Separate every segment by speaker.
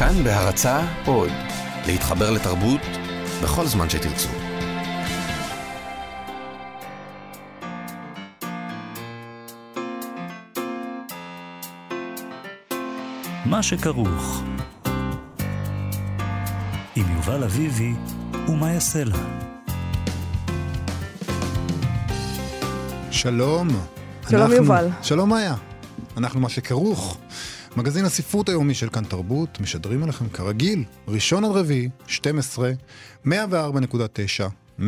Speaker 1: כאן בהרצאה עוד, להתחבר לתרבות בכל זמן שתרצו.
Speaker 2: מה שכרוך עם יובל אביבי ומה יעשה לה.
Speaker 3: שלום.
Speaker 4: שלום יובל.
Speaker 3: שלום מאיה. אנחנו מה שכרוך. מגזין הספרות היומי של כאן תרבות, משדרים עליכם כרגיל, ראשון עד רביעי, 12, 104.9, 105.3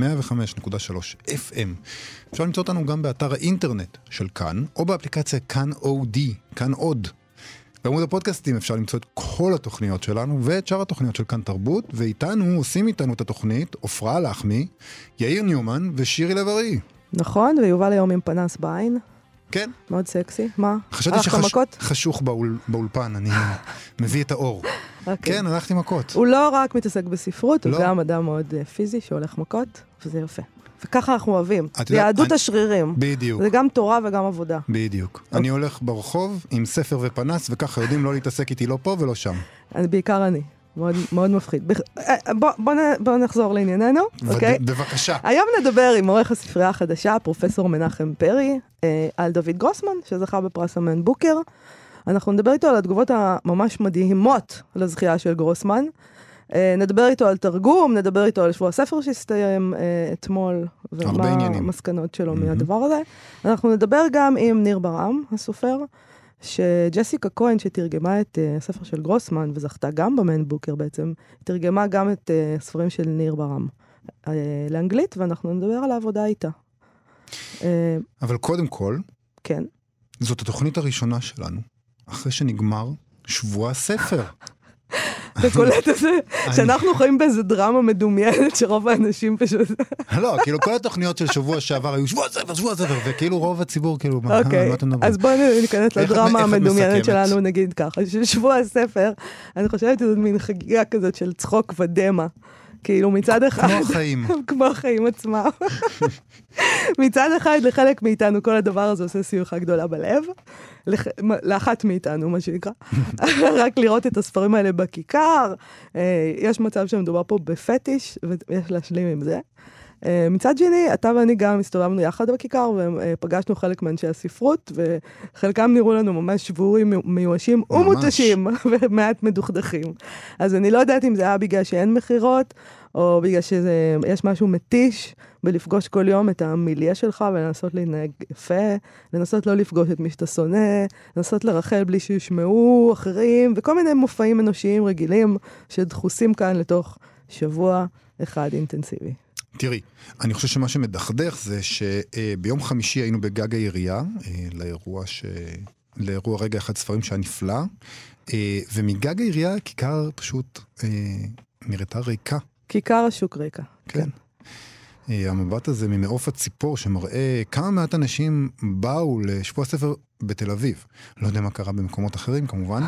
Speaker 3: FM. אפשר למצוא אותנו גם באתר האינטרנט של כאן, או באפליקציה כאן אודי, כאן עוד. בעמוד הפודקאסטים אפשר למצוא את כל התוכניות שלנו, ואת שאר התוכניות של כאן תרבות, ואיתנו, עושים איתנו את התוכנית, עופרה לחמי, יאיר ניומן ושירי לב-ארי.
Speaker 4: נכון, ויובל היום עם פנס בעין.
Speaker 3: כן.
Speaker 4: מאוד סקסי. מה?
Speaker 3: חשבתי שחשוך באולפן, אני מביא את האור. כן, הלכתי מכות.
Speaker 4: הוא לא רק מתעסק בספרות, הוא גם אדם מאוד פיזי שהולך מכות, וזה יפה. וככה אנחנו אוהבים. יהדות השרירים.
Speaker 3: בדיוק.
Speaker 4: זה גם תורה וגם עבודה.
Speaker 3: בדיוק. אני הולך ברחוב עם ספר ופנס, וככה יודעים לא להתעסק איתי לא פה ולא שם.
Speaker 4: בעיקר אני. מאוד, מאוד מפחיד. בוא נחזור לענייננו, אוקיי?
Speaker 3: בבקשה.
Speaker 4: היום נדבר עם עורך הספרייה החדשה, פרופסור מנחם פרי, על דוד גרוסמן, שזכה בפרס אמן בוקר. אנחנו נדבר איתו על התגובות הממש מדהימות לזכייה של גרוסמן. נדבר איתו על תרגום, נדבר איתו על שבוע הספר שהסתיים אתמול, ומה המסקנות שלו מהדבר הזה. אנחנו נדבר גם עם ניר ברעם, הסופר, שג'סיקה כהן שתרגמה את הספר של גרוסמן, וזכתה גם באמן בוקר בעצם, תרגמה גם את הספרים של ניר ברעם לאנגלית, ואנחנו נדבר על העבודה איתה.
Speaker 3: אבל קודם כל,
Speaker 4: כן.
Speaker 3: זאת התוכנית הראשונה שלנו, אחרי שנגמר שבוע הספר.
Speaker 4: אתה קולט את זה? שאנחנו חיים באיזה דרמה מדומיינת שרוב האנשים פשוט...
Speaker 3: לא, כאילו כל התוכניות של שבוע שעבר היו שבוע הספר, וכאילו רוב הציבור, כאילו, מה אתם מדברים?
Speaker 4: אז בואו ניכנס לדרמה המדומיינת שלנו, נגיד ככה, ששבוע הספר, אני חושבת שזאת מין חגיגה כזאת של צחוק ודמה, כאילו מצד אחד...
Speaker 3: כמו החיים.
Speaker 4: כמו החיים עצמם. מצד אחד, לחלק מאיתנו, כל הדבר הזה עושה שמחה גדולה בלב, לאחת מאיתנו, מה שנקרא. רק לראות את הספרים האלה בכיכר, יש מצב שמדובר פה בפטיש, ויש להשלים עם זה. מצד שני, אתה ואני גם הסתובבנו יחד בכיכר, ופגשנו חלק מאנשי הספרות, וחלקם נראו לנו ממש שבורים, מיואשים ומותשים, ומעט מדוכדכים. אז אני לא יודעת אם זה היה בגלל שאין מחירות, או בגלל שיש משהו מתיש, בלפגוש כל יום את המיליה שלך, ולנסות להתנהג יפה, לנסות לא לפגוש את מי שאתה שונא, לנסות לרחל בלי שישמעו אחרים, וכל מיני מופעים אנושיים רגילים, שדחוסים כאן לתוך שבוע אחד אינטנסיבי.
Speaker 3: תראי, אני חושב שמה שמדכדך זה שביום חמישי היינו בגג העירייה, לאירוע רגע אחד ספרים שהיה נפלא, ומגג העירייה כיכר פשוט נראתה ריקה.
Speaker 4: כיכר השוק ריקה.
Speaker 3: כן. המבט הזה ממעוף הציפור שמראה כמה מעט אנשים באו לשבוע הספר בתל אביב. לא יודע מה קרה במקומות אחרים, כמובן.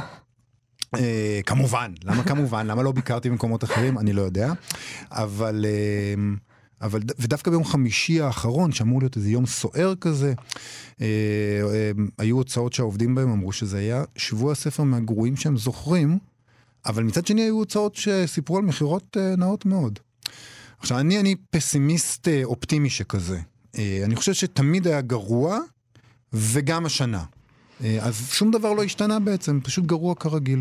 Speaker 3: כמובן, למה לא ביקרתי במקומות אחרים, אני לא יודע. אבל ודווקא ביום חמישי האחרון, שאמור להיות איזה יום סוער כזה, היו הוצאות שהעובדים בהם אמרו שזה היה שבוע הספר מהגרועים שהם זוכרים, אבל מצד שני היו הוצאות שסיפרו על מחירות נאות מאוד. עכשיו, אני פסימיסט אופטימי שכזה. אני חושב שתמיד היה גרוע, וגם השנה. אז שום דבר לא השתנה בעצם, פשוט גרוע כרגיל.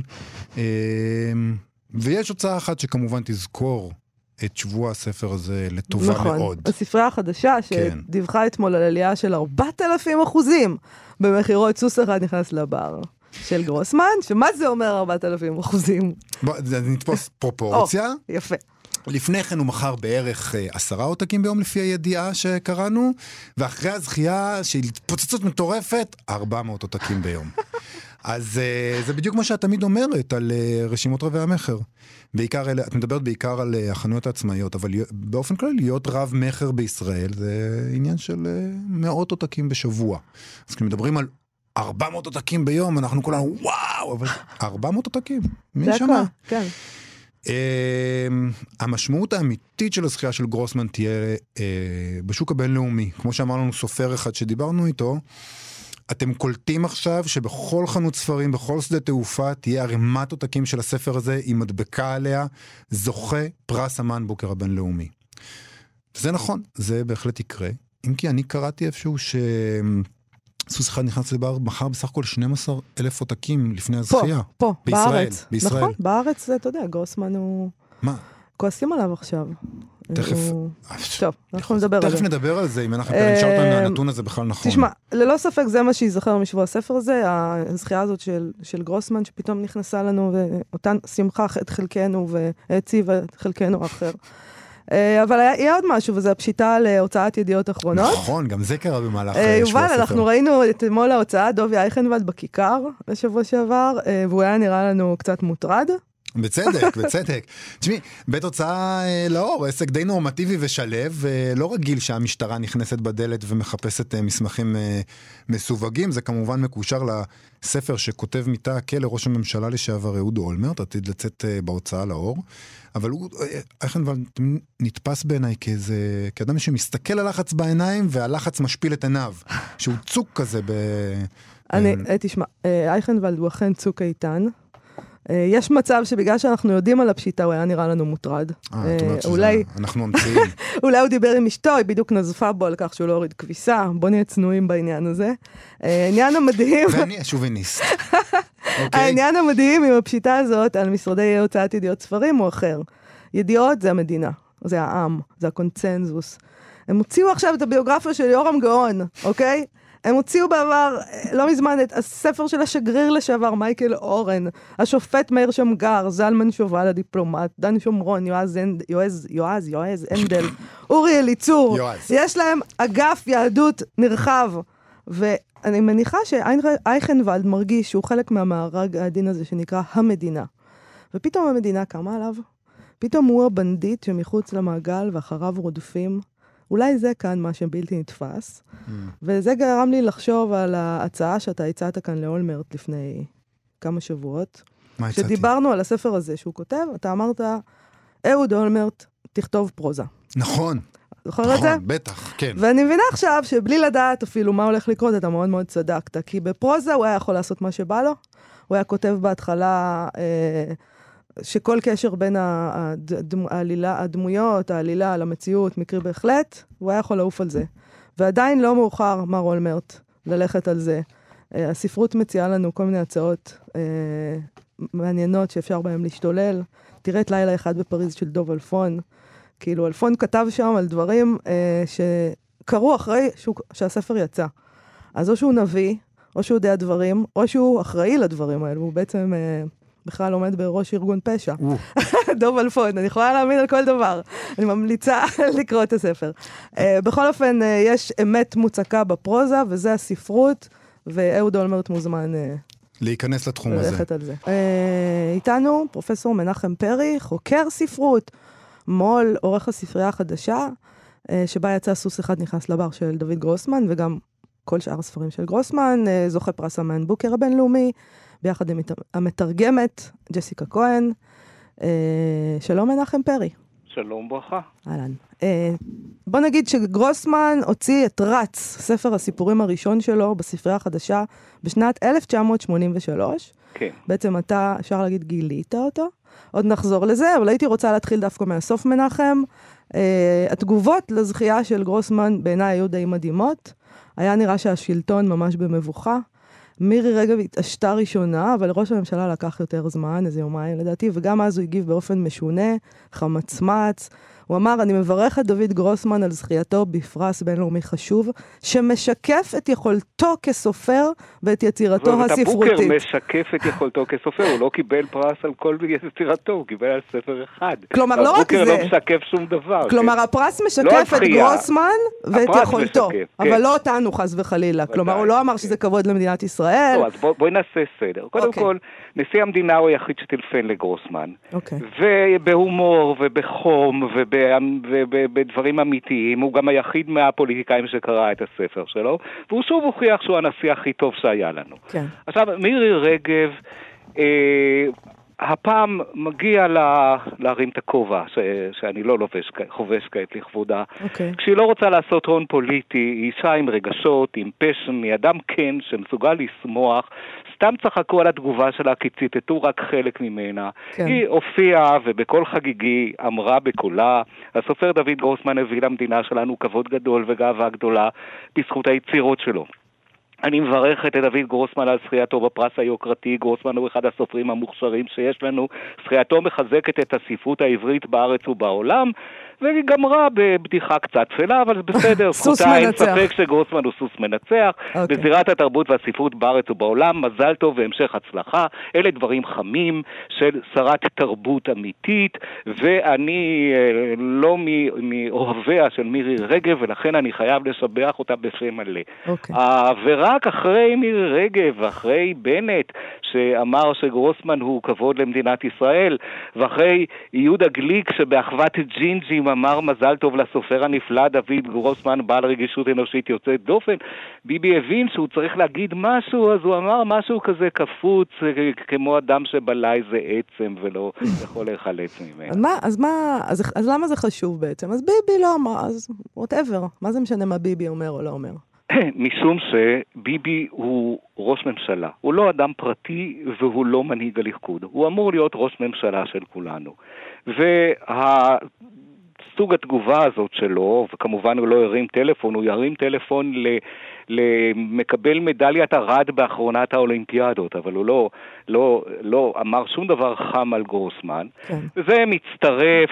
Speaker 3: ויש הוצאה אחת שכמובן תזכור את שבוע הספר הזה לטובה
Speaker 4: נכון.
Speaker 3: מאוד.
Speaker 4: נכון, הספרייה החדשה שדיווחה אתמול על עלייה של 4,000% במחירות. סוס אחד נכנס לבר של גרוסמן, שמה זה אומר 4,000%?
Speaker 3: בוא, נתפוס פרופורציה.
Speaker 4: יפה.
Speaker 3: לפני כן הוא מכר בערך 10 עותקים ביום לפי הידיעה שקראנו, ואחרי הזכייה של פוצצות מטורפת, 400 עותקים ביום. אז זה בדיוק מה שאת תמיד אומרת על רשימות רבי המחר. בעיקר, את מדברת בעיקר על החנויות העצמאיות, אבל באופן כלל להיות רב מחר בישראל זה עניין של מאות עותקים בשבוע. אז כשמדברים על 400 עותקים ביום, אנחנו כולנו וואו, אבל 400 עותקים, מי שמע?
Speaker 4: כן.
Speaker 3: המשמעות האמיתית של הזכייה של גרוסמן תהיה בשוק הבינלאומי. כמו שאמר לנו סופר אחד שדיברנו איתו, אתם קולטים עכשיו שבכל חנות ספרים, בכל שדה תעופה, תהיה ערימת עותקים של הספר הזה, עם מדבקה עליה, זוכה פרס המן בוקר הבינלאומי. זה נכון, זה בהחלט יקרה. אם כי אני קראתי איפשהו סוס אחד נכנס לבר, מחר בסך הכל 12,000 עותקים לפני הזכייה.
Speaker 4: פה,
Speaker 3: בארץ.
Speaker 4: בישראל. נכון, בארץ זה, אתה יודע, גרוסמן הוא...
Speaker 3: מה?
Speaker 4: כועסים עליו עכשיו.
Speaker 3: תכף.
Speaker 4: טוב, אנחנו נדבר על זה.
Speaker 3: תכף נדבר על זה, אם אנחנו נשאר אותנו, הנתון הזה בכלל נכון.
Speaker 4: תשמע, ללא ספק זה מה שיזכר משבוע הספר הזה, הזכייה הזאת של גרוסמן, שפתאום נכנסה לנו, ואותן שמחה את חלקנו, והציבה את חלקנו האחר. אבל יהיה עוד משהו, וזה הפשיטה להוצאת ידיעות אחרונות.
Speaker 3: נכון, גם זה קרה במהלך שבוע הספר.
Speaker 4: יובל, אנחנו ראינו את מול ההוצאה, דובי אייכנוולד בכיכר לשבוע שעבר, והוא היה נראה לנו קצת מוטרד.
Speaker 3: בצדק, בצדק. תשמעי, בית הוצאה לאור, עסק די נורמטיבי ושלב, לא רגיל שהמשטרה נכנסת בדלת ומחפשת מסמכים מסווגים, זה כמובן מקושר לספר שכותב מיטה הכלא ראש הממשלה לשעבר אהוד אולמרט, עתיד לצאת בהוצאה לאור, אבל הוא, אייכנוולד נתפס בעיניי כאדם שמסתכל על לחץ בעיניים, והלחץ משפיל את עיניו, שהוא צוק כזה
Speaker 4: תשמע, אייכנוולד הוא אכן צוק איתן, יש מצב שבגלל שאנחנו יודעים על הפשיטה, הוא היה נראה לנו מוטרד.
Speaker 3: אולי אנחנו ממציאים.
Speaker 4: אולי הוא דיבר עם אשתו, היא בדיוק נזפה בו על כך שהוא לא הוריד כביסה. בוא נהיה צנועים בעניין הזה. העניין המדהים...
Speaker 3: ואני השוביניסט.
Speaker 4: העניין המדהים עם הפשיטה הזאת על משרדי הוצאת ידיעות ספרים הוא אחר. ידיעות זה המדינה, זה העם, זה הקונצנזוס. הם הוציאו עכשיו את הביוגרפיה של יורם גאון, אוקיי? הם הוציאו בעבר, לא מזמן, את הספר של השגריר לשעבר, מייקל אורן, השופט מאיר שמגר, זלמן שובל הדיפלומט, דן שומרון, יועז אנדל, אורי אליצור. יש להם אגף יהדות נרחב. ואני מניחה שאייכנוולד מרגיש שהוא חלק מהמארג העדין הזה שנקרא המדינה. ופתאום המדינה קמה עליו. פתאום הוא הבנדיט שמחוץ למעגל ואחריו רודפים. אולי זה כאן מה שבלתי נתפס, וזה גרם לי לחשוב על ההצעה שאתה הצעת כאן לאולמרט לפני כמה שבועות.
Speaker 3: מה הצעתי?
Speaker 4: שדיברנו על הספר הזה שהוא כותב, אתה אמרת, אהוד אולמרט, תכתוב פרוזה.
Speaker 3: נכון.
Speaker 4: זוכר את זה?
Speaker 3: נכון, בטח, כן.
Speaker 4: ואני מבינה עכשיו שבלי לדעת אפילו מה הולך לקרות, אתה מאוד מאוד צדקת, כי בפרוזה הוא היה יכול לעשות מה שבא לו, הוא היה כותב בהתחלה... שכל קשר בין הדמויות, העלילה למציאות, מקרי בהחלט, הוא היה יכול לעוף על זה. ועדיין לא מאוחר, מר אולמרט, ללכת על זה. הספרות מציעה לנו כל מיני הצעות מעניינות שאפשר בהן להשתולל. תראה את לילה אחד בפריז של דוב אלפון. כאילו, אלפון כתב שם על דברים שקרו אחרי שהספר יצא. אז או שהוא נביא, או שהוא יודע דברים, או שהוא אחראי לדברים האלו. הוא בעצם... בכלל עומד בראש ארגון פשע. דוב אלפון, אני יכולה להאמין על כל דבר. אני ממליצה לקרוא את הספר. בכל אופן, יש אמת מוצקה בפרוזה, וזה הספרות, ואהוד אולמרט מוזמן
Speaker 3: להיכנס לתחום הזה.
Speaker 4: ללכת על זה. איתנו פרופסור מנחם פרי, חוקר ספרות, מול, עורך הספרייה החדשה, שבה יצא סוס אחד נכנס לבר של דוד גרוסמן, וגם כל שאר הספרים של גרוסמן, זוכה פרס המן בוקר הבינלאומי, ביחד עם המתרגמת, ג'סיקה כהן. שלום מנחם פרי.
Speaker 5: שלום ברכה.
Speaker 4: אהלן. בוא נגיד שגרוסמן הוציא את רץ, ספר הסיפורים הראשון שלו בספרייה החדשה, בשנת 1983.
Speaker 5: כן.
Speaker 4: בעצם אתה, אפשר להגיד, גילית אותו. עוד נחזור לזה, אבל הייתי רוצה להתחיל דווקא מהסוף מנחם. התגובות לזכייה של גרוסמן בעיניי היו די מדהימות. היה נראה שהשלטון ממש במבוכה. מירי רגב התעשתה ראשונה, אבל ראש הממשלה לקח יותר זמן, איזה יומיים לדעתי, וגם אז הוא הגיב באופן משונה, חמצמץ. הוא אמר, אני מברך את דוד גרוסמן על זכייתו בפרס בינלאומי חשוב, שמשקף את יכולתו כסופר ואת יצירתו הספרותית.
Speaker 5: הבוקר משקף את יכולתו כסופר, הוא לא קיבל פרס על כל יצירתו, הוא קיבל על ספר אחד.
Speaker 4: כלומר, לא רק זה.
Speaker 5: הבוקר לא משקף שום דבר.
Speaker 4: כלומר, הפרס משקף את גרוסמן ואת יכולתו, אבל לא אותנו חס וחלילה. כלומר, הוא לא אמר שזה כבוד למדינת ישראל.
Speaker 5: אז בואי נעשה סדר. קודם כל, נשיא המדינה הוא היחיד שטלפן לגרוסמן. ובהומור ובחום ובדברים אמיתיים, הוא גם היחיד מהפוליטיקאים שקרא את הספר שלו, והוא שוב הוכיח שהוא הנשיא הכי טוב שהיה לנו.
Speaker 4: כן.
Speaker 5: עכשיו, מירי רגב הפעם מגיע להרים את הכובע, שאני לא חובש כעת לכבודה. כשהיא לא רוצה לעשות הון פוליטי, היא אישה עם רגשות, עם פשן, היא אדם כן שמסוגל לשמוח, סתם צחקו על התגובה שלה, כי ציטטו רק חלק ממנה. היא הופיעה ובכל חגיגי אמרה בקולה, הסופר דוד גרוסמן הביא למדינה שלנו כבוד גדול וגאווה גדולה בזכות היצירות שלו. אני מברך את דוד גרוסמן על זכייתו בפרס היוקרתי. גרוסמן הוא אחד הסופרים המוכשרים שיש לנו. זכייתו מחזקת את הספרות העברית בארץ ובעולם, והיא גמרה בבדיחה קצת תפלה, אבל בסדר, זכותה, אין ספק שגרוסמן הוא סוס מנצח. בזירת התרבות והספרות בארץ ובעולם, מזל טוב והמשך הצלחה. אלה דברים חמים של שרת תרבות אמיתית, ואני לא מאוהביה של מירי רגב, ולכן אני חייב לשבח אותה בפה מלא. ורק אחרי מירי רגב, ואחרי בנט, שאמר שגרוסמן הוא כבוד למדינת ישראל, ואחרי יהודה גליק שבאחוות ג'ינג'ים אמר מזל טוב לסופר הנפלא דוד גרוסמן, בעל רגישות אנושית יוצאת דופן, ביבי הבין שהוא צריך להגיד משהו, אז הוא אמר משהו כזה קפוץ, כמו אדם שבלי זה עצם ולא יכול להיחלץ ממנו.
Speaker 4: אז למה זה חשוב בעצם? אז ביבי לא אמר, אז whatever, מה זה משנה מה ביבי אומר או לא אומר?
Speaker 5: משום שביבי הוא ראש ממשלה. הוא לא אדם פרטי והוא לא מנהיג הליכוד. הוא אמור להיות ראש ממשלה של כולנו. סוג התגובה הזאת שלו, וכמובן הוא לא ירים טלפון, הוא ירים טלפון למקבל מדליית ארד באחרונת האולימפיאדות, אבל הוא לא אמר שום דבר חם על גרוסמן. כן. וזה מצטרף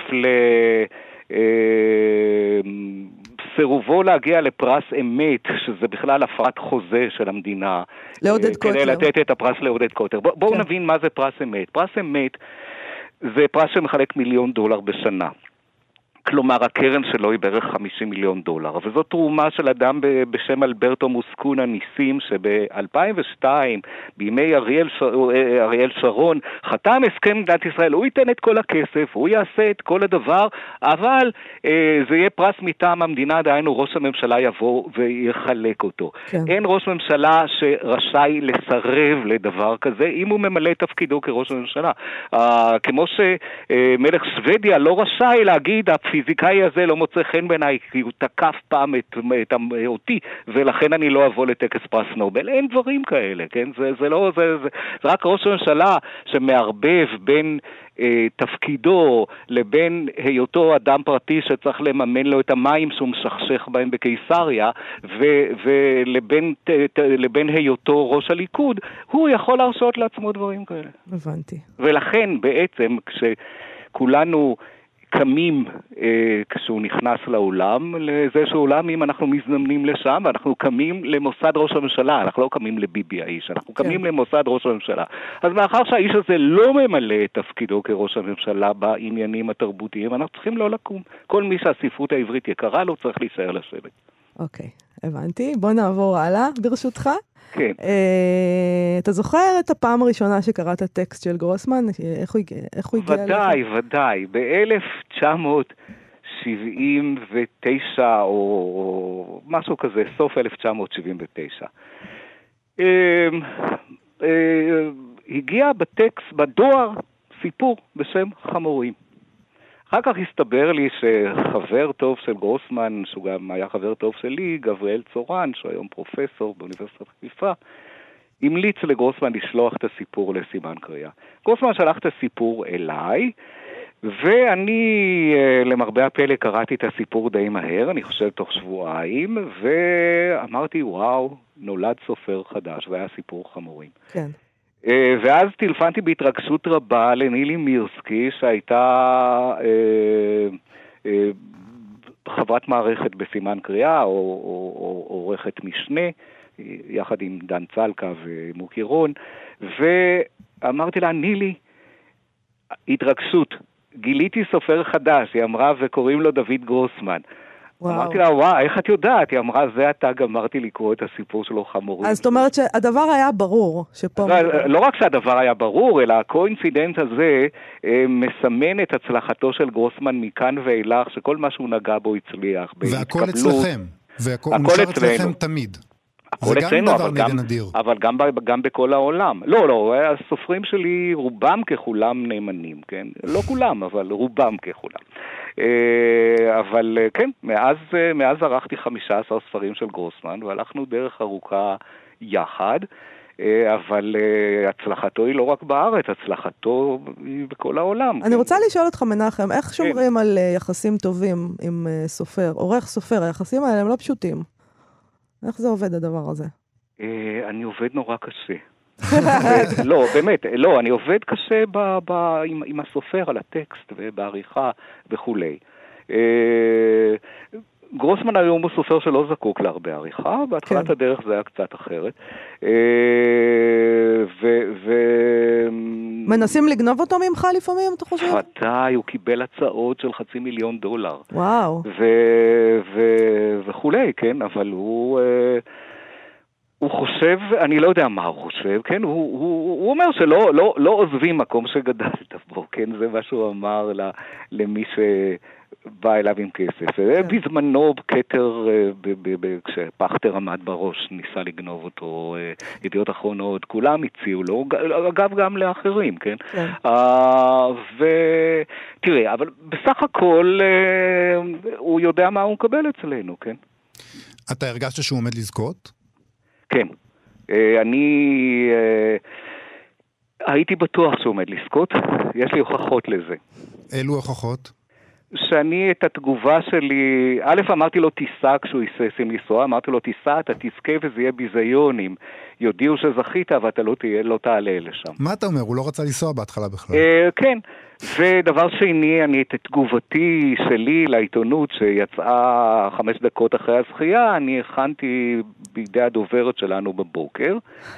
Speaker 5: סירובו להגיע לפרס אמת, שזה בכלל הפרת חוזה של המדינה.
Speaker 4: לעודד קוטר.
Speaker 5: כדי לתת את הפרס לעודד קוטר. בואו נבין מה זה פרס אמת. פרס אמת זה פרס שמחלק $1,000,000 בשנה. כלומר, הקרן שלו היא בערך $50 מיליון. וזאת תרומה של אדם בשם אלברטו מוסקונה ניסים, שב-2002, בימי אריאל שרון, חתם הסכם מדינת ישראל, הוא ייתן את כל הכסף, הוא יעשה את כל הדבר, אבל זה יהיה פרס מטעם המדינה, דהיינו ראש הממשלה יבוא ויחלק אותו. כן. אין ראש ממשלה שרשאי לסרב לדבר כזה, אם הוא ממלא תפקידו כראש הממשלה. כמו שמלך שוודיה לא רשאי להגיד, הפיזיקאי הזה לא מוצא חן בעיניי, כי הוא תקף פעם אותי, ולכן אני לא אבוא לטקס פרס נובל. אין דברים כאלה, כן? זה רק ראש הממשלה שמערבב בין תפקידו לבין היותו אדם פרטי שצריך לממן לו את המים שהוא משכשך בהם בקיסריה, ולבין היותו ראש הליכוד, הוא יכול להרשות לעצמו דברים כאלה.
Speaker 4: הבנתי.
Speaker 5: ולכן בעצם כשכולנו קמים כשהוא נכנס לאולם, לאיזשהו עולם, אם אנחנו מזדמנים לשם, ואנחנו קמים למוסד ראש הממשלה, אנחנו לא קמים לביבי האיש, אנחנו קמים למוסד ראש הממשלה. אז מאחר שהאיש הזה לא ממלא את תפקידו כראש הממשלה בעניינים התרבותיים, אנחנו צריכים לא לקום. כל מי שהספרות העברית יקרה לו צריך להישאר לשבת.
Speaker 4: אוקיי, הבנתי. בוא נעבור הלאה, ברשותך.
Speaker 5: כן.
Speaker 4: אתה זוכר את הפעם הראשונה שקראת טקסט של גרוסמן? איך הוא הגיע?
Speaker 5: ודאי. ב-1979 או משהו כזה, סוף 1979. הגיע בטקסט, בדואר, סיפור בשם חמורים. אחר כך הסתבר לי שחבר טוב של גרוסמן, שהוא גם היה חבר טוב שלי, גבריאל צורן, שהוא היום פרופסור באוניברסיטת חיפה, המליץ לגרוסמן לשלוח את הסיפור לסימן קריאה. גרוסמן שלח את הסיפור אליי, ואני למרבה הפלא קראתי את הסיפור די מהר, אני חושב תוך שבועיים, ואמרתי וואו, נולד סופר חדש, והיה סיפור חמורים.
Speaker 4: כן.
Speaker 5: ואז טלפנתי בהתרגשות רבה לנילי מירסקי, שהייתה חברת מערכת בסימן קריאה, או עורכת משנה, יחד עם דן צלקה ומוקי רון, ואמרתי לה, נילי, התרגשות, גיליתי סופר חדש, היא אמרה, וקוראים לו דוד גרוסמן. אמרתי לה, וואו, איך את יודעת? היא אמרה, זה אתה גמרתי לקרוא את הסיפור שלו חמורים.
Speaker 4: אז זאת אומרת שהדבר היה ברור.
Speaker 5: לא רק שהדבר היה ברור, אלא הקואינסידנט הזה מסמן את הצלחתו של גרוסמן מכאן ואילך, שכל מה שהוא נגע בו הצליח.
Speaker 3: והכל אצלכם. והכל נשאר אצלכם תמיד. זה גם דבר נגד נדיר.
Speaker 5: אבל גם בכל העולם. לא, הסופרים שלי רובם ככולם נאמנים, כן? לא כולם, אבל רובם ככולם. אבל כן, מאז ערכתי 15 ספרים של גרוסמן, והלכנו דרך ארוכה יחד, אבל הצלחתו היא לא רק בארץ, הצלחתו היא בכל העולם.
Speaker 4: אני רוצה לשאול אותך, מנחם, איך שומרים על יחסים טובים עם סופר, עורך סופר? היחסים האלה הם לא פשוטים. איך זה עובד הדבר הזה?
Speaker 5: אני עובד נורא קשה. לא, באמת, לא, אני עובד קשה עם הסופר על הטקסט ובעריכה וכולי. גרוסמן היום הוא סופר שלא זקוק להרבה עריכה, בהתחלת הדרך זה היה קצת אחרת.
Speaker 4: מנסים לגנוב אותו ממך לפעמים, אתה חושב?
Speaker 5: ודאי, הוא קיבל הצעות של $500,000.
Speaker 4: וואו.
Speaker 5: וכולי, כן, אבל הוא חושב, אני לא יודע מה הוא חושב, כן, הוא אומר שלא עוזבים מקום שגדלת בו, כן, זה מה שהוא אמר למי בא אליו עם כסף. בזמנו כתר, כשפכתר עמד בראש, ניסה לגנוב אותו, ידיעות אחרונות, כולם הציעו לו, אגב גם לאחרים, כן? ותראה, אבל בסך הכל הוא יודע מה הוא מקבל אצלנו, כן?
Speaker 3: אתה הרגשת שהוא עומד לזכות?
Speaker 5: כן. אני הייתי בטוח שהוא עומד לזכות, יש לי הוכחות לזה.
Speaker 3: אילו הוכחות?
Speaker 5: שאני את התגובה שלי, א' אמרתי לו תיסע כשהוא יססים לנסוע, אמרתי לו תיסע, אתה תזכה וזה יהיה ביזיון, יודיעו שזכית ואתה לא תעלה לשם.
Speaker 3: מה אתה אומר? הוא לא רצה לנסוע בהתחלה בכלל.
Speaker 5: כן, ודבר שני, אני את תגובתי שלי לעיתונות שיצאה 5 דקות אחרי הזכייה, אני הכנתי בידי הדוברת שלנו בבוקר,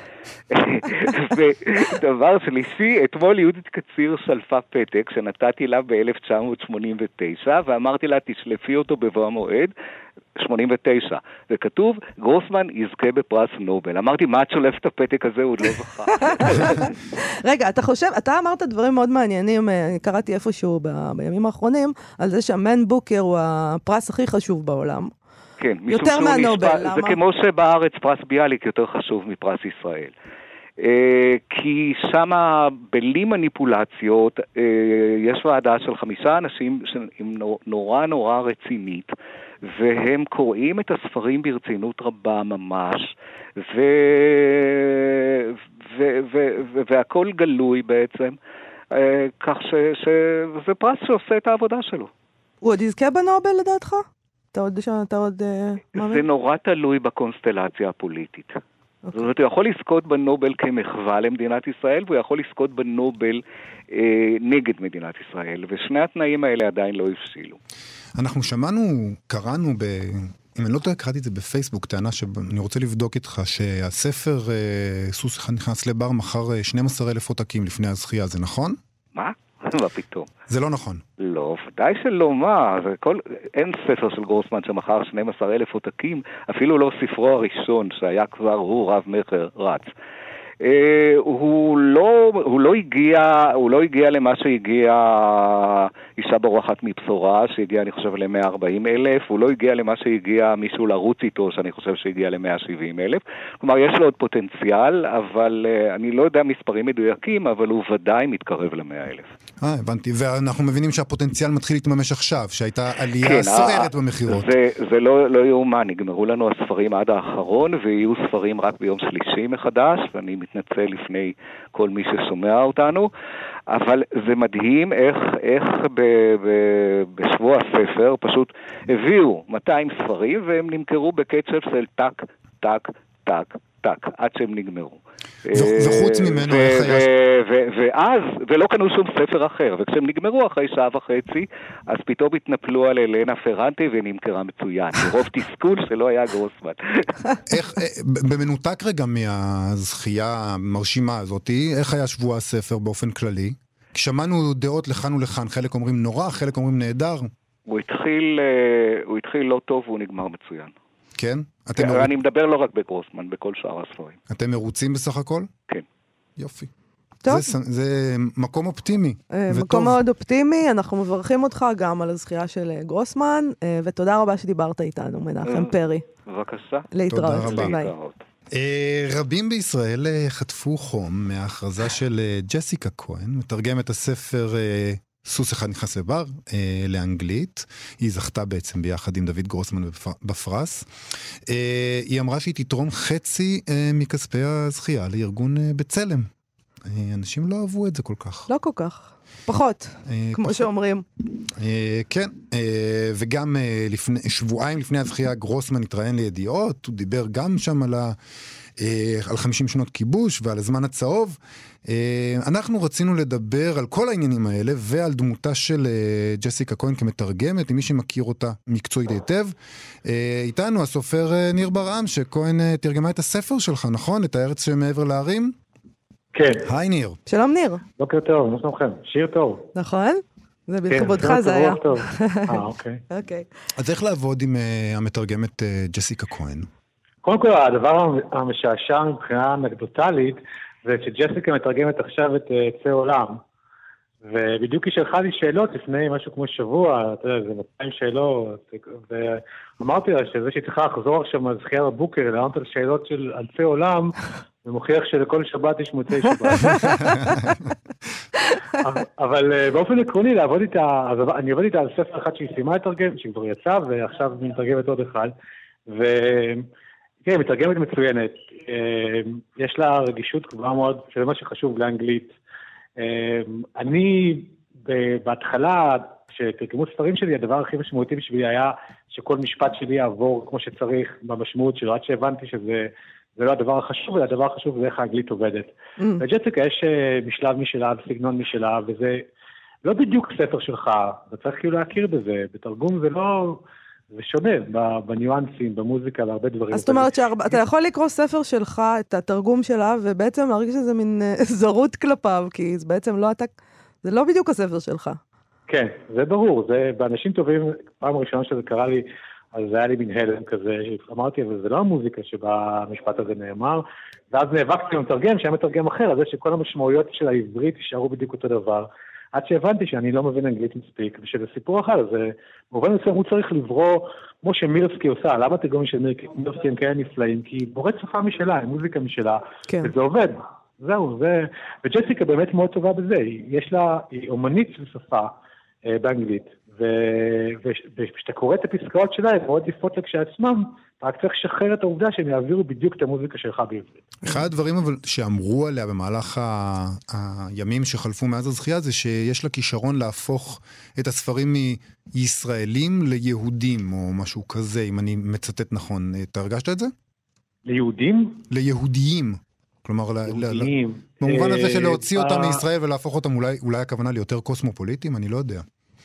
Speaker 5: ודבר שלישי, אתמול יהודית קציר שלפה פתק שנתתי לה ב-1989, ואמרתי לה תשלפי אותו בבוא המועד, 89, וכתוב גרוסמן יזכה בפרס נובל. אמרתי, מה את שולפת את הפתק הזה? הוא עוד לא זכה.
Speaker 4: רגע, אתה אמרת דברים מאוד מעניינים, קראתי איפשהו בימים האחרונים, על זה שהמן בוקר הוא הפרס הכי חשוב בעולם.
Speaker 5: כן,
Speaker 4: יותר מהנובל, למה?
Speaker 5: זה כמו שבארץ פרס ביאליק יותר חשוב מפרס ישראל. כי שם בלי מניפולציות יש ועדה של 5 אנשים נורא נורא רצינית, והם קוראים את הספרים ברצינות רבה ממש, והכל גלוי בעצם, כך שזה פרס שעושה את העבודה שלו.
Speaker 4: הוא עוד יזכה בנובל לדעתך? אתה עוד
Speaker 5: זה נורא תלוי בקונסטלציה הפוליטית. זאת אומרת, הוא יכול לזכות בנובל כמחווה למדינת ישראל, והוא יכול לזכות בנובל נגד מדינת ישראל, ושני התנאים האלה עדיין לא הבשילו.
Speaker 3: אנחנו קראנו אם אני לא טועה, קראתי את זה בפייסבוק, טענה שאני רוצה לבדוק איתך, שהספר סוס נכנס לבר מחר 12,000 עותקים לפני הזכייה, זה נכון?
Speaker 5: מה? מה פתאום?
Speaker 3: זה לא נכון.
Speaker 5: לא, ודאי שלא, מה? אין ספר של גרוסמן שמחר 12,000 עותקים, אפילו לא ספרו הראשון, שהיה כבר הוא רב מחר רץ. הוא לא הגיע למה שהגיע אישה ברוחת מבשורה, שהגיע אני חושב ל-140,000, הוא לא הגיע למה שהגיע מישהו לרוץ איתו, שאני חושב שהגיע ל-170,000, כלומר יש לו עוד פוטנציאל, אבל אני לא יודע מספרים מדויקים, אבל הוא ודאי מתקרב ל-100,000.
Speaker 3: הבנתי, ואנחנו מבינים שהפוטנציאל מתחיל להתממש עכשיו, שהייתה עלייה סוערת במחירות.
Speaker 5: זה לא יאומן, נגמרו לנו הספרים עד האחרון, ויהיו ספרים רק ביום שלישי מחדש, ואני מתנצל לפני כל מי ששומע אותנו, אבל זה מדהים איך בשבוע הספר פשוט הביאו 200 ספרים, והם נמכרו בקצב של טק, טק, טק, טק, עד שהם נגמרו.
Speaker 3: וחוץ ממנו
Speaker 5: ולא קנו שום ספר אחר, וכשהם נגמרו אחרי 1.5 שעות, אז פתאום התנפלו על אלנה פרנטה ונמכרה מצוין, ברוב תסכול שלא היה גרוסמן.
Speaker 3: במנותק רגע מהזכייה המרשימה הזאת, איך היה שבוע הספר באופן כללי? כשמענו דעות לכאן ולכאן, חלק אומרים נורא, חלק אומרים נהדר.
Speaker 5: הוא התחיל לא טוב והוא נגמר מצוין.
Speaker 3: כן?
Speaker 5: אני מדבר לא רק בגרוסמן, בכל שאר הספרים.
Speaker 3: אתם מרוצים בסך הכל?
Speaker 5: כן.
Speaker 3: יופי.
Speaker 4: טוב.
Speaker 3: זה מקום אופטימי.
Speaker 4: מקום מאוד אופטימי, אנחנו מברכים אותך גם על הזכייה של גרוסמן, ותודה רבה שדיברת איתנו, מנחם פרי.
Speaker 5: בבקשה.
Speaker 4: להתראות.
Speaker 3: תודה רבה. רבים בישראל חטפו חום מההכרזה של ג'סיקה כהן, מתרגמת הספר סוס אחד נכנס לבר לאנגלית. היא זכתה בעצם ביחד עם דוד גרוסמן בפרס. היא אמרה שהיא תתרום חצי מכספי הזכייה לארגון בצלם. אנשים לא אהבו את זה כל כך.
Speaker 4: לא כל כך. פחות, כמו שאומרים.
Speaker 3: כן, וגם שבועיים לפני הזכייה גרוסמן התראיין לידיעות, הוא דיבר גם שם על 50 שנות כיבוש ועל הזמן הצהוב. אנחנו רצינו לדבר על כל העניינים האלה ועל דמותה של ג'סיקה כהן כמתרגמת, עם מי שמכיר אותה מקצועית היטב. איתנו הסופר ניר ברעם, שכהן תרגמה את הספר שלך, נכון? את הארץ שמעבר להרים?
Speaker 6: כן.
Speaker 3: היי ניר.
Speaker 4: שלום ניר.
Speaker 6: בוקר טוב, מה שלומכם? שיר טוב.
Speaker 4: נכון? זה בכבודך זה היה.
Speaker 6: אוקיי.
Speaker 4: אוקיי.
Speaker 3: אז איך לעבוד עם המתרגמת ג'סיקה כהן?
Speaker 6: קודם כל, הדבר המשעשע מבחינה אנקדוטלית, זה שג'סיקה מתרגמת עכשיו את צא עולם, ובדיוק היא שלחה לי שאלות לפני משהו כמו שבוע, אתה יודע, זה 200 שאלות, ואמרתי לה שזה שצריכה לחזור עכשיו מהזכייה בבוקר, לענות על שאלות על צא עולם, ומוכיח שלכל שבת יש מוצאי שבת. אבל באופן עקרוני, לעבוד איתה, אני עובד איתה על ספר אחד שהיא סיימה לתרגם, שהיא כבר יצאה, ועכשיו היא מתרגמת עוד אחד, וכן, מתרגמת מצוינת. יש לה רגישות גבוהה מאוד, שזה מה שחשוב לאנגלית. אני, בהתחלה, כשתרגמו ספרים שלי, הדבר הכי משמעותי בשבילי היה שכל משפט שלי יעבור כמו שצריך, במשמעות שלו, עד שהבנתי שזה לא הדבר החשוב, אלא הדבר החשוב זה איך האנגלית עובדת. לג'סיקה יש משלב משלה וסגנון משלה, וזה לא בדיוק ספר שלך, אתה צריך כאילו להכיר בזה, בתרגום זה לא, זה שונה, בניואנסים, במוזיקה, בהרבה דברים.
Speaker 4: אז זאת אומרת שאתה יכול לקרוא ספר שלך, את התרגום שלה, ובעצם להרגיש שזה מין זרות כלפיו, כי זה בעצם לא אתה, זה לא בדיוק הספר שלך.
Speaker 6: כן, זה ברור, זה באנשים טובים, פעם ראשונה שזה קרה לי, אז זה היה לי מין הלם כזה, אמרתי, אבל זה לא המוזיקה שבה המשפט הזה נאמר, ואז נאבקתי למתרגם, שהיה מתרגם אחר, אז זה שכל המשמעויות של העברית יישארו בדיוק אותו דבר, עד שהבנתי שאני לא מבין אנגלית מספיק, ושזה סיפור אחר, אז במובן מסוים הוא צריך לברוא, כמו שמירסקי עושה, למה תרגומים של מירסקי הם כאלה נפלאים? כי היא בוראת שפה משלה, היא מוזיקה משלה, כן. וזה עובד, זהו, וג'סיקה באמת מאוד טובה בזה, היא אומנית של שפה באנגלית, וכשאתה קורא את הפסקאות שלה, הן מאוד יפות לכשעצמם, רק צריך לשחרר את העובדה שהם יעבירו בדיוק את המוזיקה שלך בעברית.
Speaker 3: אחד הדברים אבל שאמרו עליה במהלך הימים שחלפו מאז הזכייה, זה שיש לה כישרון להפוך את הספרים מישראלים ליהודים, או משהו כזה, אם אני מצטט נכון. אתה הרגשת את זה?
Speaker 6: ליהודים?
Speaker 3: ליהודיים. כלומר, במובן הזה של להוציא אותם מישראל ולהפוך אותם, אולי הכוונה ליותר קוסמופוליטים, אני לא יודע.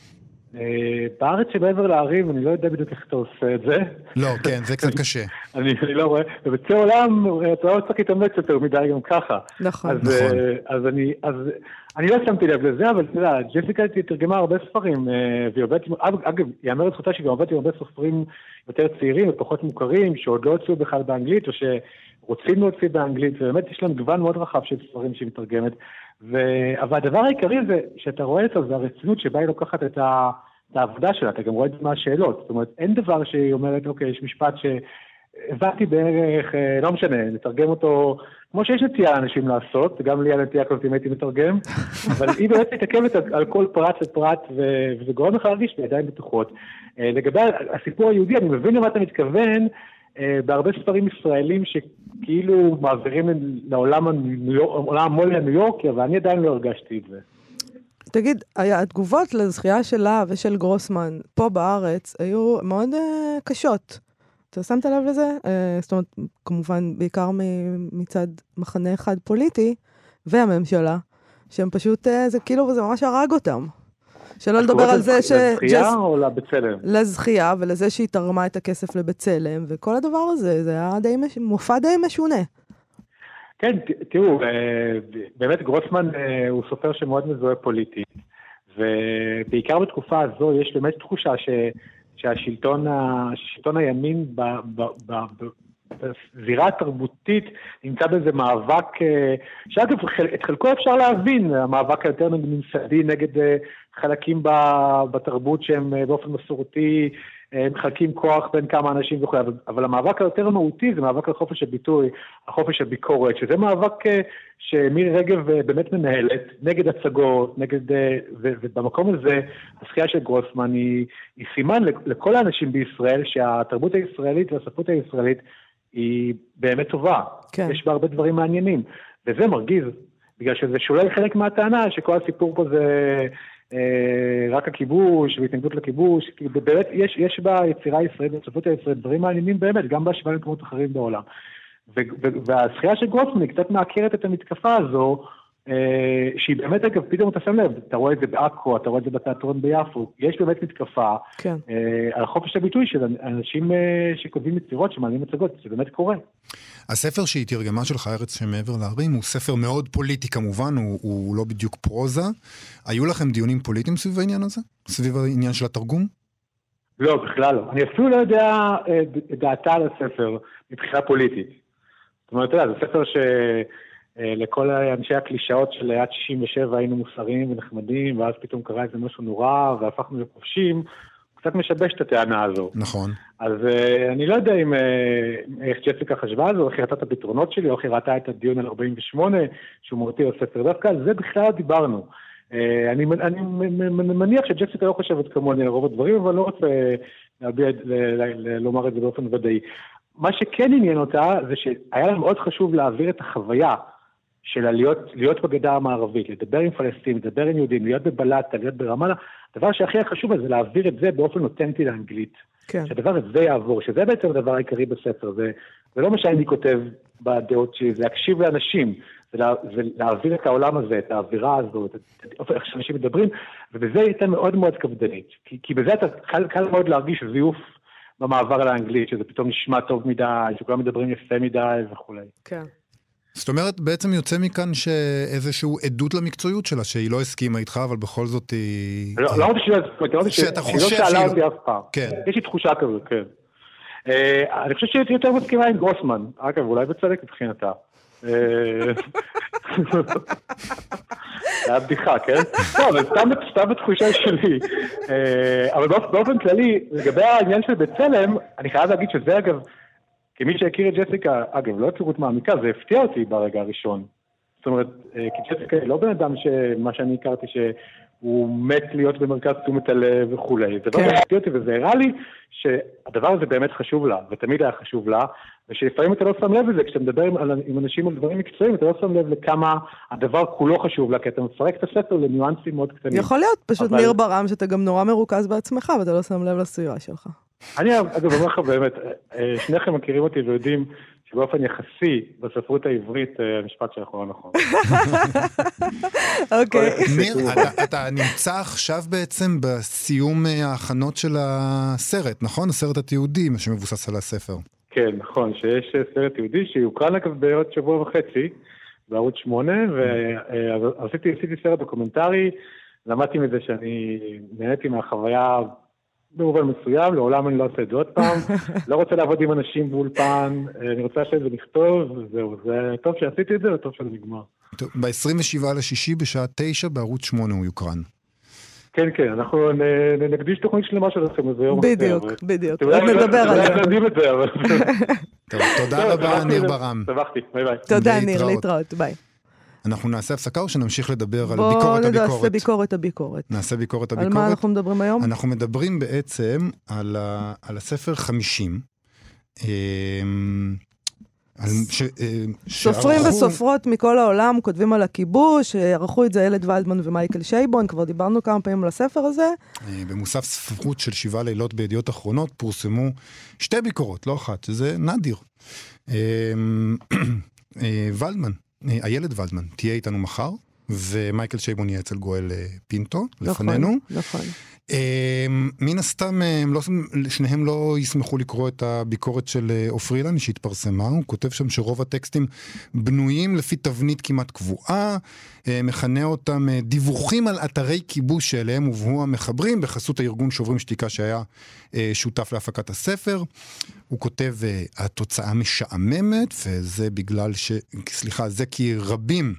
Speaker 6: בארץ שמעבר להרים, אני לא יודע בדיוק איך אתה עושה את זה.
Speaker 3: לא, כן, זה קצת קשה.
Speaker 6: אני לא רואה, ובצא עולם, אתה לא צריך להתאמץ יותר מדי גם ככה.
Speaker 4: נכון.
Speaker 6: אז אני לא שמתי לב לזה, אבל אתה יודע, ג'סיקה תרגמה הרבה ספרים, אגב, יאמר את זכותה שגם עובדת עם הרבה סופרים יותר צעירים ופחות מוכרים, שעוד לא הוציאו בכלל באנגלית, או שרוצים להוציא באנגלית, ובאמת יש להם גוון מאוד רחב של ספרים שהיא מתרגמת. אבל הדבר העיקרי זה שאתה רואה את זה, זה הרצינות שבה היא לוקחת את העבודה שלה, אתה גם רואה את זה מהשאלות, זאת אומרת, אין דבר שהיא אומרת, אוקיי, יש משפט שהבנתי בערך, לא משנה, נתרגם אותו, כמו שיש נטייה לאנשים לעשות, גם לי הנטייה כזאת אם הייתי מתרגם, אבל היא באמת מתעכבת על כל פרט ופרט, וזה גורם לך להרגיש בידיים בטוחות. לגבי הסיפור היהודי, אני מבין למה אתה מתכוון, בהרבה ספרים ישראלים שכאילו מעבירים לעולם המולי הניו יורקי, אבל אני עדיין לא הרגשתי את זה.
Speaker 4: תגיד, התגובות לזכייה שלה ושל גרוסמן פה בארץ היו מאוד קשות. אתה שמת לב לזה? זאת אומרת, כמובן, בעיקר מצד מחנה אחד פוליטי והממשלה, שהם פשוט, זה כאילו, וזה ממש הרג אותם. שלא לדבר על זה
Speaker 6: לזכייה או לבצלם?
Speaker 4: לזכייה, ולזה שהיא תרמה את הכסף לבצלם, וכל הדבר הזה, זה היה מופע די משונה.
Speaker 6: כן, תראו, באמת גרוסמן הוא סופר שמאוד מזוהה פוליטית, ובעיקר בתקופה הזו יש באמת תחושה שהשלטון הימין בזירה התרבותית נמצא באיזה מאבק, שאגב, את חלקו אפשר להבין, המאבק היותר ממסדי נגד חלקים בתרבות שהם באופן מסורתי מחלקים כוח בין כמה אנשים וכו', אבל המאבק היותר מהותי זה מאבק על חופש הביטוי, על חופש הביקורת, שזה מאבק שמירי רגב באמת מנהלת, נגד הצגות, ובמקום הזה, הזכייה של גרוסמן היא סימן לכל האנשים בישראל, שהתרבות הישראלית והספרות הישראלית היא באמת טובה. כן. יש בה הרבה דברים מעניינים, וזה מרגיז, בגלל שזה שולל חלק מהטענה, שכל הסיפור פה זה רק הכיבוש, והתנגדות לכיבוש, כי באמת יש ביצירה הישראלית, בספרות הישראלית, דברים מעניינים באמת, גם בהשוואה למקומות אחרים בעולם. והזכייה של גרוסמן היא קצת מעקרת את המתקפה הזו, שהיא באמת, אגב, פתאום אתה שם לב, אתה רואה את זה בעכו, אתה רואה את זה בתיאטרון ביפו, יש באמת מתקפה על חופש הביטוי של אנשים שכותבים יצירות, שמעלים מצגות, זה באמת קורה.
Speaker 3: הספר שהיא תרגמה שלך, ארץ שמעבר להרים, הוא ספר מאוד פוליטי כמובן, הוא לא בדיוק פרוזה. היו לכם דיונים פוליטיים סביב העניין הזה? סביב העניין של התרגום?
Speaker 6: לא, בכלל לא. אני אפילו לא יודע דעתה על הספר מבחינה פוליטית. זאת אומרת, זה ספר שלכל אנשי הקלישאות של עד 67 היינו מוסריים ונחמדים, ואז פתאום קרה איזה משהו נורא, והפכנו לכובשים, קצת משבש את הטענה הזו.
Speaker 3: נכון.
Speaker 6: אז אני לא יודע איך ג'סיקה חשבה על זה, או איך ראתה את הפתרונות שלי, או איך ראתה את הדיון על 48, שהוא מורתי על ספר. דווקא על זה בכלל דיברנו. אני מניח שג'סיקה לא חושבת כמוני על רוב הדברים, אבל לא רוצה לומר את זה באופן ודאי. מה שכן עניין אותה, זה שהיה לה מאוד חשוב להעביר את החוויה של להיות בגדה המערבית, לדבר עם פלסטין, לדבר עם יהודים, להיות בבלטה, להיות ברמאללה. הדבר שהכי חשוב זה להעביר את זה באופן אותנטי לאנגלית. כן. שהדבר הזה יעבור, שזה בעצם הדבר העיקרי בספר. זה לא מה שאני כותב בדעות שלי, זה להקשיב לאנשים, זה להעביר את העולם הזה, את האווירה הזו, את איך שאנשים מדברים, ובזה הייתה מאוד מאוד קפדנית. כי בזה אתה קל מאוד להרגיש זיוף במעבר על האנגלית, שזה פתאום נשמע טוב מדי, שכולם מדברים יפה מדי וכו'. כן.
Speaker 3: זאת אומרת, בעצם יוצא מכאן שאיזשהו עדות למקצועיות שלה, שהיא לא הסכימה איתך, אבל בכל זאת היא...
Speaker 6: לא אמרתי שהיא לא שאלה אותי אף פעם. יש לי תחושה כזאת, כן. אני חושב שהיא יותר מסכימה עם גרוסמן, אגב, אולי בצדק מבחינתה. זה היה בדיחה, כן? טוב, אבל סתם בתחושה שלי. אבל באופן כללי, לגבי העניין של בצלם, אני חייב להגיד שזה אגב, כמי שהכיר את ג'סיקה, אגב, לא היכרות מעמיקה, זה הפתיע אותי ברגע הראשון. זאת אומרת, כי ג'סיקה היא לא בן אדם שמה שאני הכרתי שהוא מת להיות במרכז תשומת הלב וכו'. זה לא הפתיע אותי, וזה הראה לי שהדבר הזה באמת חשוב לה, ותמיד היה חשוב לה, ושלפעמים אתה לא שם לב לזה, כשאתה מדבר עם אנשים על דברים מקצועיים, אתה לא שם לב לכמה הדבר כולו חשוב לה, כי אתה מפרק את הספר לניואנסים מאוד קטנים.
Speaker 4: יכול להיות פשוט ניר ברם, שאתה גם נורא מרוכז בעצמך, ואתה לא שם לב לסיוע שלך.
Speaker 6: אני אגב אומר לך באמת, שניכם מכירים אותי ויודעים שבאופן יחסי בספרות העברית המשפט שלך לא נכון.
Speaker 4: אוקיי.
Speaker 3: ניר, אתה נמצא עכשיו בעצם בסיום ההכנות של הסרט, נכון? הסרט התיעודי שמבוסס על הספר.
Speaker 6: כן, נכון, שיש סרט יהודי שיוקרן אגב בעוד שבוע וחצי בערוץ 8, ועשיתי סרט דוקומנטרי, למדתי מזה שאני נהניתי מהחוויה במובן מסוים, לעולם אני לא עושה את זה עוד פעם, לא רוצה לעבוד עם אנשים באולפן, אני רוצה לשבת ולכתוב, וזהו, זה טוב שעשיתי את זה, וטוב שזה נגמר.
Speaker 3: ב-27/6 בשעה 9 בערוץ 8 הוא יוקרן.
Speaker 6: כן, כן, אנחנו נקדיש תוכנית שלמה שלכם, זה יום
Speaker 4: בדיוק, בדיוק, עוד נדבר על זה.
Speaker 3: טוב, תודה רבה, ניר ברם.
Speaker 6: שמחתי, ביי ביי.
Speaker 4: תודה, ניר, להתראות, ביי.
Speaker 3: אנחנו נעשה הפסקה או שנמשיך לדבר על ביקורת הביקורת?
Speaker 4: בואו נעשה ביקורת הביקורת.
Speaker 3: נעשה ביקורת הביקורת.
Speaker 4: על מה אנחנו מדברים היום?
Speaker 3: אנחנו מדברים בעצם על הספר 50.
Speaker 4: סופרים וסופרות מכל העולם כותבים על הכיבוש, ערכו את זה ילד ולדמן ומייקל שייבון, כבר דיברנו כמה פעמים על הספר הזה.
Speaker 3: במוסף ספרות של 7 לילות בידיעות אחרונות פורסמו 2 ביקורות, לא אחת, שזה נדיר. ולדמן. הילד ולדמן תהיה איתנו מחר, ומייקל שייבון יהיה אצל גואל פינטו, לפנינו.
Speaker 4: נכון.
Speaker 3: מן הסתם, שניהם לא ישמחו לקרוא את הביקורת של אופרילן שהתפרסמה, הוא כותב שם שרוב הטקסטים בנויים לפי תבנית כמעט קבועה, מכנה אותם דיווחים על אתרי כיבוש שאליהם הובאו המחברים, בחסות הארגון שוברים שתיקה שהיה שותף להפקת הספר. הוא כותב, התוצאה משעממת, וזה בגלל זה כי רבים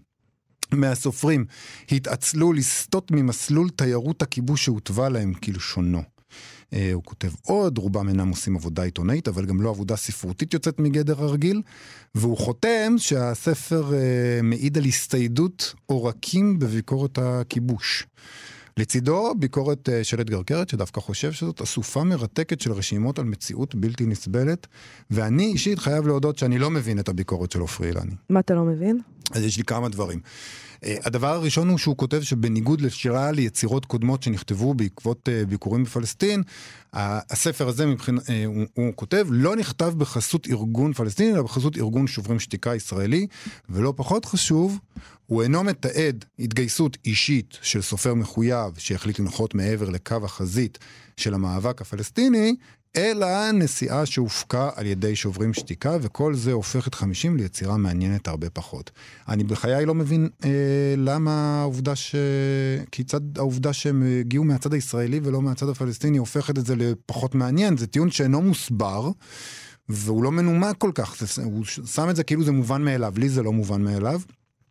Speaker 3: מהסופרים התעצלו לסטות ממסלול תיירות הכיבוש שהוטבע להם כלשונו. הוא כותב עוד, רובם אינם עושים עבודה עיתונאית, אבל גם לא עבודה ספרותית יוצאת מגדר הרגיל, והוא חותם שהספר מעיד על הסתיידות עורקים בביקורת הכיבוש. לצידו ביקורת של אדגר קרת, שדווקא חושב שזאת אסופה מרתקת של רשימות על מציאות בלתי נסבלת, ואני אישית חייב להודות שאני לא מבין את הביקורת של עופרי אילני.
Speaker 4: מה אתה לא מבין?
Speaker 3: אז יש לי כמה דברים. הדבר הראשון הוא שהוא כותב שבניגוד לשירה ליצירות קודמות שנכתבו בעקבות ביקורים בפלסטין, הספר הזה הוא כותב לא נכתב בחסות ארגון פלסטיני, אלא בחסות ארגון שוברים שתיקה ישראלי, ולא פחות חשוב, הוא אינו מתעד התגייסות אישית של סופר מחויב שהחליט לנחות מעבר לקו החזית של המאבק הפלסטיני, אלא נסיעה שהופקה על ידי שוברים שתיקה, וכל זה הופך את 50 ליצירה מעניינת הרבה פחות. אני בחיי לא מבין למה כיצד העובדה שהם הגיעו מהצד הישראלי ולא מהצד הפלסטיני הופכת את זה לפחות מעניין. זה טיעון שאינו מוסבר, והוא לא מנומק כל כך. הוא שם את זה כאילו זה מובן מאליו, לי זה לא מובן מאליו.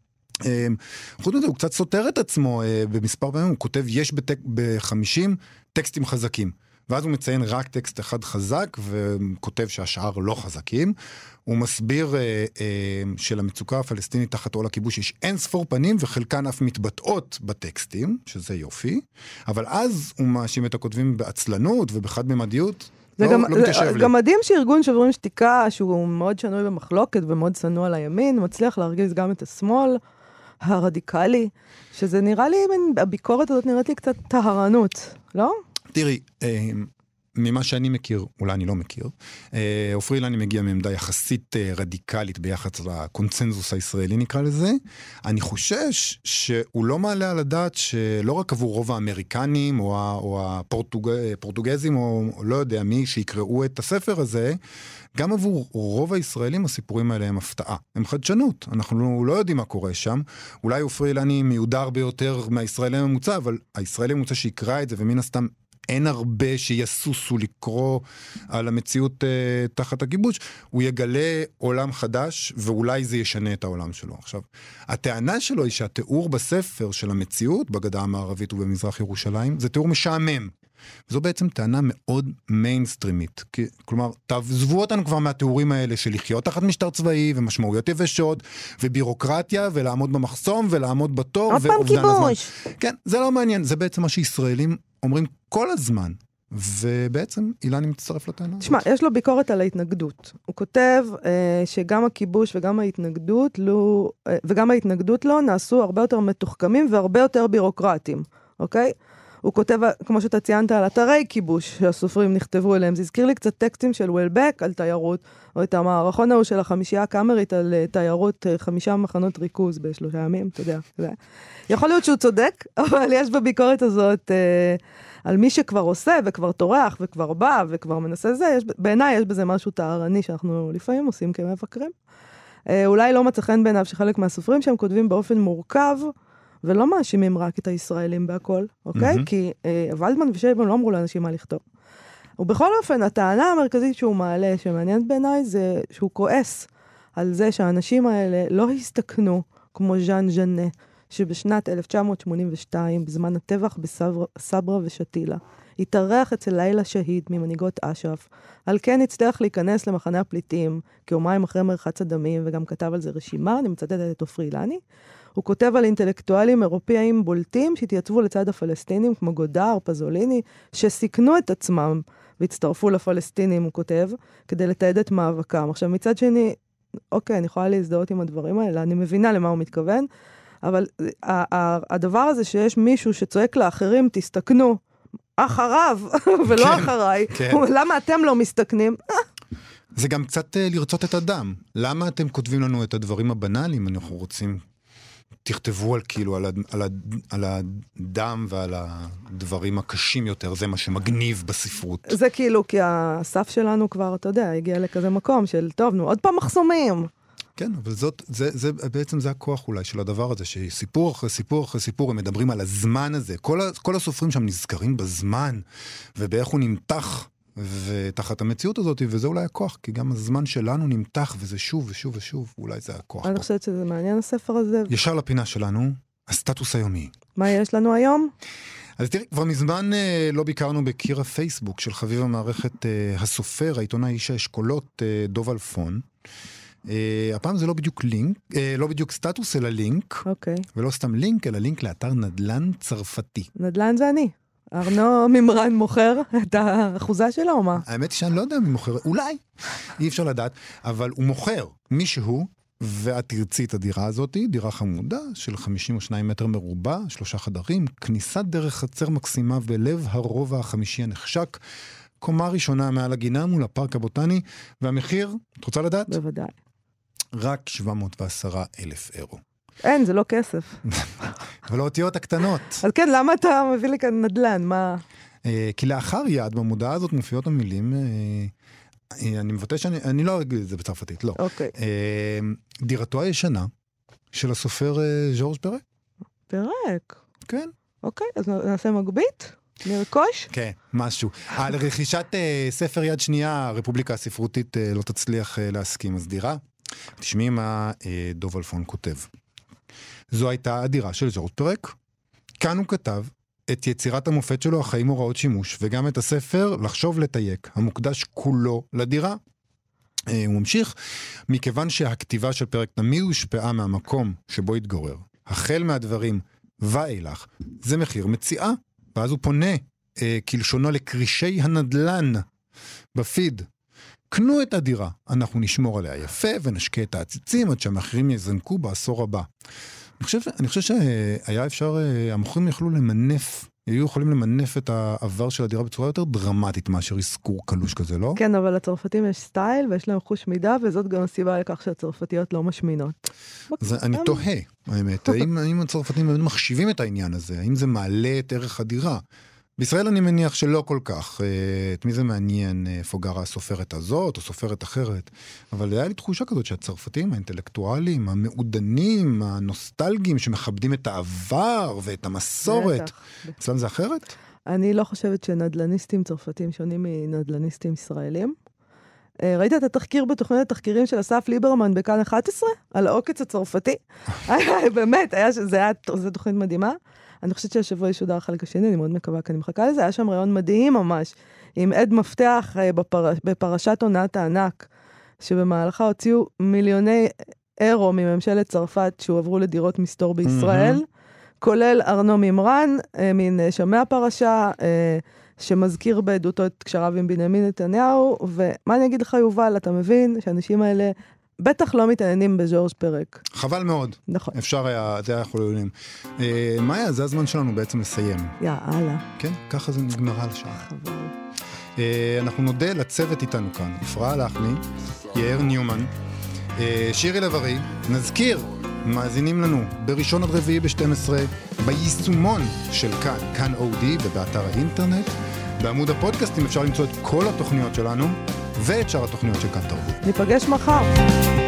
Speaker 3: חוץ מזה, הוא קצת סותר את עצמו במספר פעמים, הוא כותב יש ב-50 טקסטים חזקים. ואז הוא מציין רק טקסט אחד חזק, וכותב שהשאר לא חזקים. הוא מסביר שלמצוקה הפלסטינית תחת עול הכיבוש יש אין ספור פנים, וחלקן אף מתבטאות בטקסטים, שזה יופי. אבל אז הוא מאשים את הכותבים בעצלנות ובחד ממדיות. לא מתיישב לי.
Speaker 4: גם מדהים שארגון שוברים שתיקה, שהוא מאוד שנוי במחלוקת ומאוד צנוע על הימין, מצליח להרגיז גם את השמאל הרדיקלי, שזה נראה לי, הביקורת הזאת נראית לי קצת טהרנות, לא?
Speaker 3: תראי, ממה שאני מכיר, אולי אני לא מכיר, עופרי אילני מגיע מעמדה יחסית רדיקלית ביחס לקונצנזוס הישראלי נקרא לזה. אני חושש שהוא לא מעלה על הדעת שלא רק עבור רוב האמריקנים או הפורטוגזים או לא יודע מי שיקראו את הספר הזה, גם עבור רוב הישראלים הסיפורים האלה הם הפתעה, הם חדשנות, אנחנו לא יודעים מה קורה שם. אולי עופרי אילני מיודר ביותר מהישראלי הממוצע, אבל הישראלי הממוצע שיקרא את זה ומן הסתם אין הרבה שיסוסו לקרוא על המציאות תחת הכיבוש, הוא יגלה עולם חדש, ואולי זה ישנה את העולם שלו. עכשיו, הטענה שלו היא שהתיאור בספר של המציאות, בגדה המערבית ובמזרח ירושלים, זה תיאור משעמם. וזו בעצם טענה מאוד מיינסטרימית. כלומר, תעזבו אותנו כבר מהתיאורים האלה של לחיות תחת משטר צבאי, ומשמעויות יבשות, ובירוקרטיה, ולעמוד במחסום, ולעמוד בתור,
Speaker 4: ואובדן הזמן.
Speaker 3: כן, זה לא מעניין, זה בעצם מה שישראלים אומרים כל הזמן, ובעצם אילני מצטרף לטענה.
Speaker 4: תשמע, יש לו ביקורת על ההתנגדות. הוא כותב שגם הכיבוש וגם ההתנגדות לו נעשו הרבה יותר מתוחכמים והרבה יותר בירוקרטיים, אוקיי? הוא כותב, כמו שאתה ציינת, על אתרי כיבוש שהסופרים נכתבו אליהם. זה הזכיר לי קצת טקסטים של וולבק על תיירות, או את המערכון ההוא של החמישייה הקאמרית על תיירות 5 מחנות ריכוז ב3 ימים, אתה יודע. יכול להיות שהוא צודק, אבל יש בביקורת הזאת על מי שכבר עושה וכבר טורח וכבר בא וכבר מנסה זה, בעיניי יש בזה משהו טהרני שאנחנו לפעמים עושים כמבקרים. אולי לא מצא חן בעיניו שחלק מהסופרים שהם כותבים באופן מורכב, ולא מאשימים רק את הישראלים בהכל, אוקיי? כי ולדמן ושייבן לא אמרו לאנשים מה לכתוב. ובכל אופן, הטענה המרכזית שהוא מעלה, שמעניינת בעיניי, זה שהוא כועס על זה שהאנשים האלה לא הסתכנו כמו ז'אן ז'נה, שבשנת 1982, בזמן הטבח בסברה ושתילה, התארח אצל לילה שהיד ממנהיגות אש"ף, על כן הצליח להיכנס למחנה הפליטים, כיומיים אחרי מרחץ הדמים, וגם כתב על זה רשימה, אני מצטטת את עופרי אילני. הוא כותב על אינטלקטואלים אירופאיים בולטים שהתייצבו לצד הפלסטינים, כמו גודר, פזוליני, שסיכנו את עצמם והצטרפו לפלסטינים, הוא כותב, כדי לתעד את מאבקם. עכשיו, מצד שני, אוקיי, אני יכולה להזדהות עם הדברים האלה, אני מבינה למה הוא מתכוון, אבל הדבר הזה שיש מישהו שצועק לאחרים, תסתכנו אחריו ולא אחריי, למה אתם לא מסתכנים?
Speaker 3: זה גם קצת לרצות את הדם. למה אתם כותבים לנו את הדברים הבנאליים? אנחנו רוצים, תכתבו על כאילו, על הדם ועל הדברים הקשים יותר, זה מה שמגניב בספרות.
Speaker 4: זה כאילו, כי הסף שלנו כבר, אתה יודע, הגיע לכזה מקום של, טוב, נו, עוד פעם מחסומים.
Speaker 3: כן, אבל בעצם זה הכוח אולי של הדבר הזה, שסיפור אחרי סיפור אחרי סיפור, הם מדברים על הזמן הזה. כל הסופרים שם נזכרים בזמן, ובאיך הוא נמתח ותחת המציאות הזאת, וזה אולי הכוח, כי גם הזמן שלנו נמתח, וזה שוב ושוב ושוב, אולי זה הכוח פה.
Speaker 4: אני חושבת שזה מעניין הספר הזה.
Speaker 3: ישר לפינה שלנו, הסטטוס היומי.
Speaker 4: מה יש לנו היום?
Speaker 3: אז תראי, כבר מזמן לא ביקרנו בקיר הפייסבוק של חביב המערכת הסופר, העיתונאי איש האשכולות, דוב אלפון. הפעם זה לא בדיוק לינק, לא בדיוק סטטוס, אלא לינק.
Speaker 4: אוקיי.
Speaker 3: ולא סתם לינק, אלא לינק לאתר נדל"ן צרפתי.
Speaker 4: נדל"ן זה אני. ארנו ממרן מוכר את האחוזה שלו או מה?
Speaker 3: האמת היא שאני לא יודע מי מוכר, אולי, אי אפשר לדעת, אבל הוא מוכר מישהו, ואת תרצי את הדירה הזאת, דירה חמודה של 52 מטר מרובע, 3 חדרים, כניסת דרך חצר מקסימה בלב הרובע החמישי הנחשק, קומה ראשונה מעל הגינה מול הפארק הבוטני, והמחיר, את רוצה לדעת?
Speaker 4: בוודאי.
Speaker 3: רק 710,000 אירו.
Speaker 4: אין, זה לא כסף.
Speaker 3: אבל האותיות הקטנות.
Speaker 4: אז כן, למה אתה מביא לי כאן נדל"ן? מה?
Speaker 3: כי לאחר יד, במודעה הזאת מופיעות המילים, אני מבטא שאני לא אגיד את זה בצרפתית, לא.
Speaker 4: אוקיי.
Speaker 3: דירתו הישנה של הסופר ז'ורג' פרק.
Speaker 4: פרק?
Speaker 3: כן.
Speaker 4: אוקיי, אז נעשה מגבית? נרכוש?
Speaker 3: כן, משהו. על רכישת ספר יד שנייה, הרפובליקה הספרותית לא תצליח להסכים, אז דירה. תשמעי מה דוב אלפון כותב. זו הייתה הדירה של ז'ורג' פרק. כאן הוא כתב את יצירת המופת שלו, החיים הוראות שימוש, וגם את הספר לחשוב לתייק, המוקדש כולו לדירה. הוא ממשיך, מכיוון שהכתיבה של פרק תמיד הושפעה מהמקום שבו התגורר. החל מהדברים ואילך, זה מחיר מציאה, ואז הוא פונה כלשונו לקרישי הנדלן בפיד. קנו את הדירה, אנחנו נשמור עליה יפה ונשקה את העציצים עד שהמחירים יזנקו בעשור הבא. אני חושב שהיה אפשר, המוכרים היו יכולים למנף את העבר של הדירה בצורה יותר דרמטית מאשר אזכור קלוש כזה, לא?
Speaker 4: כן, אבל לצרפתים יש סטייל ויש להם חוש מידה, וזאת גם הסיבה לכך שהצרפתיות לא משמינות.
Speaker 3: אני תוהה, האמת, האם הצרפתים מחשיבים את העניין הזה? האם זה מעלה את ערך הדירה? בישראל אני מניח שלא כל כך, את מי זה מעניין, איפה גרה הסופרת הזאת או סופרת אחרת, אבל היה לי תחושה כזאת שהצרפתים, האינטלקטואלים, המעודנים, הנוסטלגיים, שמכבדים את העבר ואת המסורת, אצלם זה אחרת?
Speaker 4: אני לא חושבת שנדלניסטים צרפתים שונים מנדלניסטים ישראלים. ראית את התחקיר בתוכנית התחקירים של אסף ליברמן בכאן 11? על העוקץ הצרפתי? באמת, זו תוכנית מדהימה. אני חושבת שהשבוע ישודר החלק השני, אני מאוד מקווה, כי אני מחכה לזה. היה שם רעיון מדהים ממש, עם עד מפתח בפרשת עונת הענק, שבמהלכה הוציאו מיליוני אירו מממשלת צרפת, שהועברו לדירות מסתור בישראל, כולל ארנו ממרן, מנאשמי הפרשה, שמזכיר בעדותו את קשריו עם בנימין נתניהו, ומה אני אגיד לך, יובל, אתה מבין שהאנשים האלה בטח לא מתעניינים בז'ורג' פרק.
Speaker 3: חבל מאוד.
Speaker 4: נכון.
Speaker 3: אפשר היה, זה היה יכול לעולים. מאיה, זה הזמן שלנו בעצם לסיים.
Speaker 4: יאללה.
Speaker 3: כן, ככה זה נגמרה לשעה.
Speaker 4: חבל.
Speaker 3: אנחנו נודה לצוות איתנו כאן. אפרה לחמי, יאיר ניומן, שירי לב-ארי. נזכיר, מאזינים לנו בראשון עד רביעי ב-12, ביישומון של כאן אודי ובאתר האינטרנט. בעמוד הפודקאסטים אפשר למצוא את כל התוכניות שלנו, ואת שאר התוכניות של כאן תרבות.
Speaker 4: ניפגש מחר.